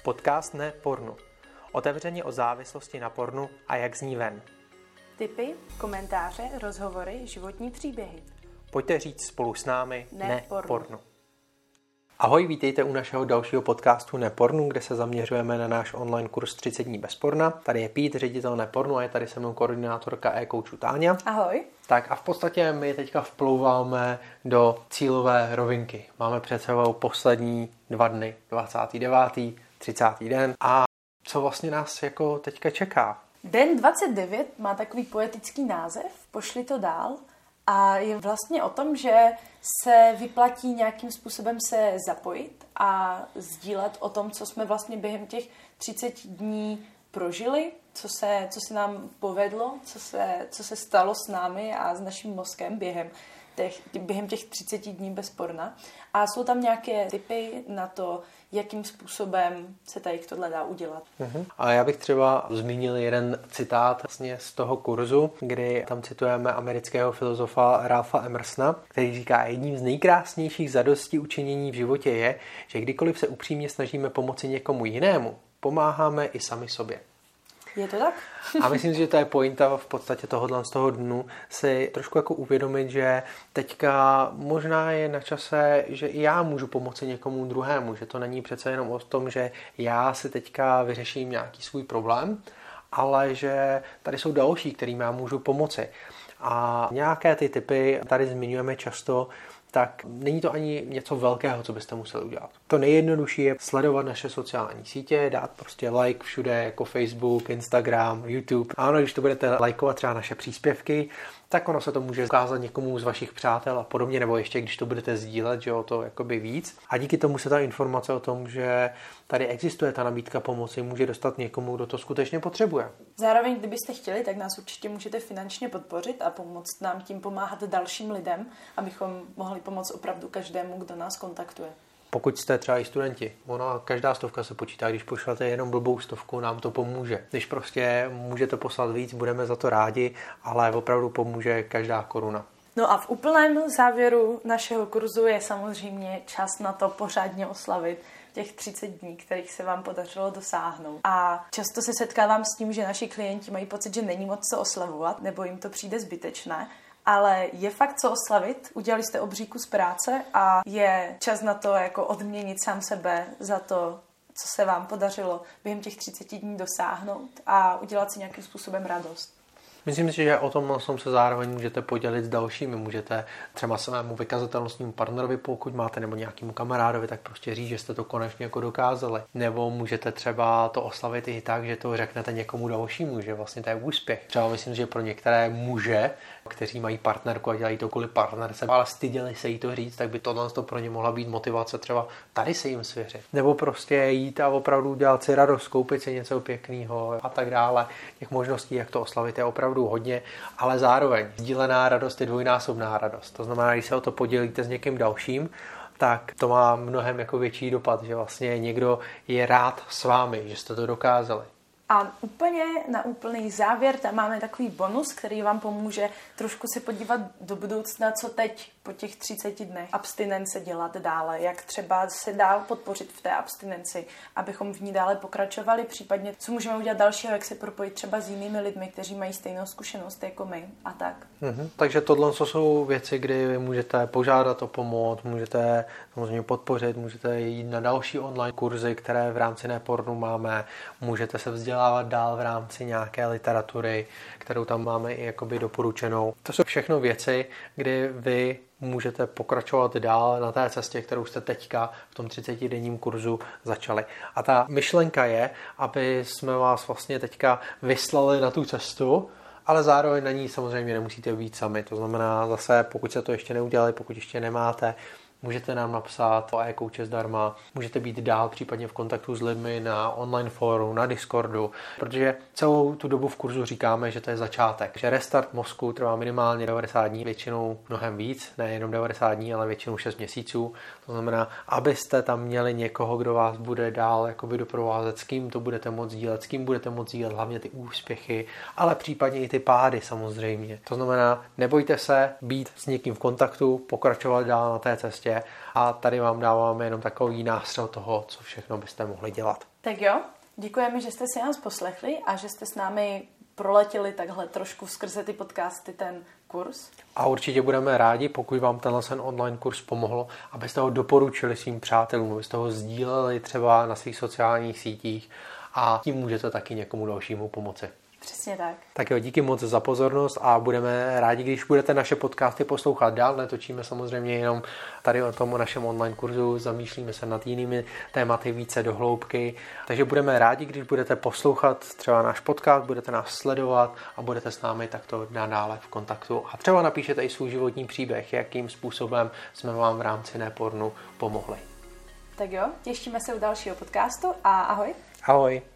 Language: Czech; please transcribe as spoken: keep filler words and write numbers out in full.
Podcast Ne pornu. Otevřeně o závislosti na pornu a jak z ní ven. Tipy, komentáře, rozhovory, životní příběhy. Pojďte říct spolu s námi Ne, ne pornu. pornu. Ahoj, vítejte u našeho dalšího podcastu Ne pornu, kde se zaměřujeme na náš online kurz třicet dní bez porna. Tady je Pít, ředitel Ne pornu, a je tady se mnou koordinátorka e-coachu Táňa. Ahoj. Tak a v podstatě my teďka vplouváme do cílové rovinky. Máme před sebou poslední dva dny, dvacátý devátý třicátý den. A co vlastně nás jako teďka čeká? Den dvacet devět má takový poetický název, Pošli to dál, a je vlastně o tom, že se vyplatí nějakým způsobem se zapojit a sdílet o tom, co jsme vlastně během těch třiceti dní prožili, co se, co se nám povedlo, co se, co se stalo s námi a s naším mozkem během těch, během těch třiceti dní bez porna. A jsou tam nějaké tipy na to, jakým způsobem se tady tohle dá udělat. Uhum. A já bych třeba zmínil jeden citát vlastně z toho kurzu, kdy tam citujeme amerického filozofa Ralpha Emersona, který říká: jedním z nejkrásnějších zadostí učinění v životě je, že kdykoliv se upřímně snažíme pomoci někomu jinému, pomáháme i sami sobě. Je to tak? A myslím si, že to je pointa v podstatě tohohle z toho dnu, si trošku jako uvědomit, že teďka možná je na čase, že i já můžu pomoci někomu druhému, že to není přece jenom o tom, že já si teďka vyřeším nějaký svůj problém, ale že tady jsou další, kterým já můžu pomoci. A nějaké ty typy tady zmiňujeme často, tak není to ani něco velkého, co byste museli udělat. To nejjednodušší je sledovat naše sociální sítě, dát prostě like všude, jako Facebook, Instagram, YouTube. A ano, když to budete lajkovat třeba naše příspěvky, tak ono se to může ukázat někomu z vašich přátel a podobně, nebo ještě když to budete sdílet, že o to jakoby víc. A díky tomu se ta informace o tom, že tady existuje ta nabídka pomoci, může dostat někomu, kdo to skutečně potřebuje. Zároveň, kdybyste chtěli, tak nás určitě můžete finančně podpořit a pomoct nám tím pomáhat dalším lidem, abychom mohli pomoct opravdu každému, kdo nás kontaktuje. Pokud jste třeba i studenti, ona každá stovka se počítá, když pošlete jenom blbou stovku, nám to pomůže. Když prostě můžete poslat víc, budeme za to rádi, ale opravdu pomůže každá koruna. No a v úplném závěru našeho kurzu je samozřejmě čas na to pořádně oslavit těch třicet dní, kterých se vám podařilo dosáhnout. A často se setkávám s tím, že naši klienti mají pocit, že není moc co oslavovat, nebo jim to přijde zbytečné. Ale je fakt co oslavit, udělali jste obří kus práce a je čas na to jako odměnit sám sebe za to, co se vám podařilo během těch třiceti dní dosáhnout a udělat si nějakým způsobem radost. Myslím si, že o tom se zároveň můžete podělit s dalšími. Můžete třeba svému vykazatelnostnímu partnerovi, pokud máte, nebo nějakému kamarádovi, tak prostě říct, že jste to konečně jako dokázali. Nebo můžete třeba to oslavit i tak, že to řeknete někomu dalšímu, že vlastně to je úspěch. Třeba myslím, že pro některé muže, kteří mají partnerku a dělají to kvůli partnerce, ale styděli se jí to říct, tak by tohle pro ně mohla být motivace třeba tady se jim svěřit. Nebo prostě jít a opravdu dělat si radost, koupit si něco pěkného a tak dále. Těch možností, jak to oslavit, je opravdu hodně, ale zároveň sdílená radost je dvojnásobná radost. To znamená, když se o to podělíte s někým dalším, tak to má mnohem jako větší dopad, že vlastně někdo je rád s vámi, že jste to dokázali. A úplně na úplný závěr tam máme takový bonus, který vám pomůže trošku se podívat do budoucna, co teď po těch třiceti dnech abstinence dělat dále, jak třeba se dál podpořit v té abstinenci, abychom v ní dále pokračovali, případně co můžeme udělat dalšího, jak se propojit třeba s jinými lidmi, kteří mají stejnou zkušenost jako my a tak. Mhm. Takže tohle jsou věci, kdy vy můžete požádat o pomoc, můžete samozřejmě podpořit, můžete jít na další online kurzy, které v rámci Ne pornu máme, můžete se vzdělávat dál v rámci nějaké literatury, kterou tam máme i jakoby doporučenou. To jsou všechno věci, kdy vy můžete pokračovat dál na té cestě, kterou jste teďka v tom třicetidenním kurzu začali. A ta myšlenka je, aby jsme vás vlastně teďka vyslali na tu cestu, ale zároveň na ní samozřejmě nemusíte být sami. To znamená zase, pokud se to ještě neudělali, pokud ještě nemáte, můžete nám napsat o e-coache zdarma, můžete být dál případně v kontaktu s lidmi na online fóru, na Discordu, protože celou tu dobu v kurzu říkáme, že to je začátek, že restart mozku trvá minimálně devadesát dní, většinou mnohem víc, ne jenom devadesát dní, ale většinou šest měsíců. To znamená, abyste tam měli někoho, kdo vás bude dál jakoby doprovázet, s kým to budete moct dílet, s kým budete moct dílet hlavně ty úspěchy, ale případně i ty pády samozřejmě. To znamená, nebojte se být s někým v kontaktu, pokračovat dál na té cestě životě a tady vám dáváme jenom takový nástřel toho, co všechno byste mohli dělat. Tak jo, děkujeme, že jste si nás poslechli a že jste s námi proletěli takhle trošku skrze ty podcasty ten kurz. A určitě budeme rádi, pokud vám tenhle ten online kurz pomohl, abyste ho doporučili svým přátelům, abyste ho sdíleli třeba na svých sociálních sítích a tím můžete taky někomu dalšímu pomoci. Přesně tak. Tak jo, díky moc za pozornost a budeme rádi, když budete naše podcasty poslouchat dál. Netočíme samozřejmě jenom tady o tom o našem online kurzu, zamýšlíme se nad jinými tématy více do hloubky. Takže budeme rádi, když budete poslouchat třeba náš podcast, budete nás sledovat a budete s námi takto nadále v kontaktu. A třeba napíšete i svůj životní příběh, jakým způsobem jsme vám v rámci Nepornu pomohli. Tak jo, těšíme se u dalšího podcastu a ahoj. Ahoj.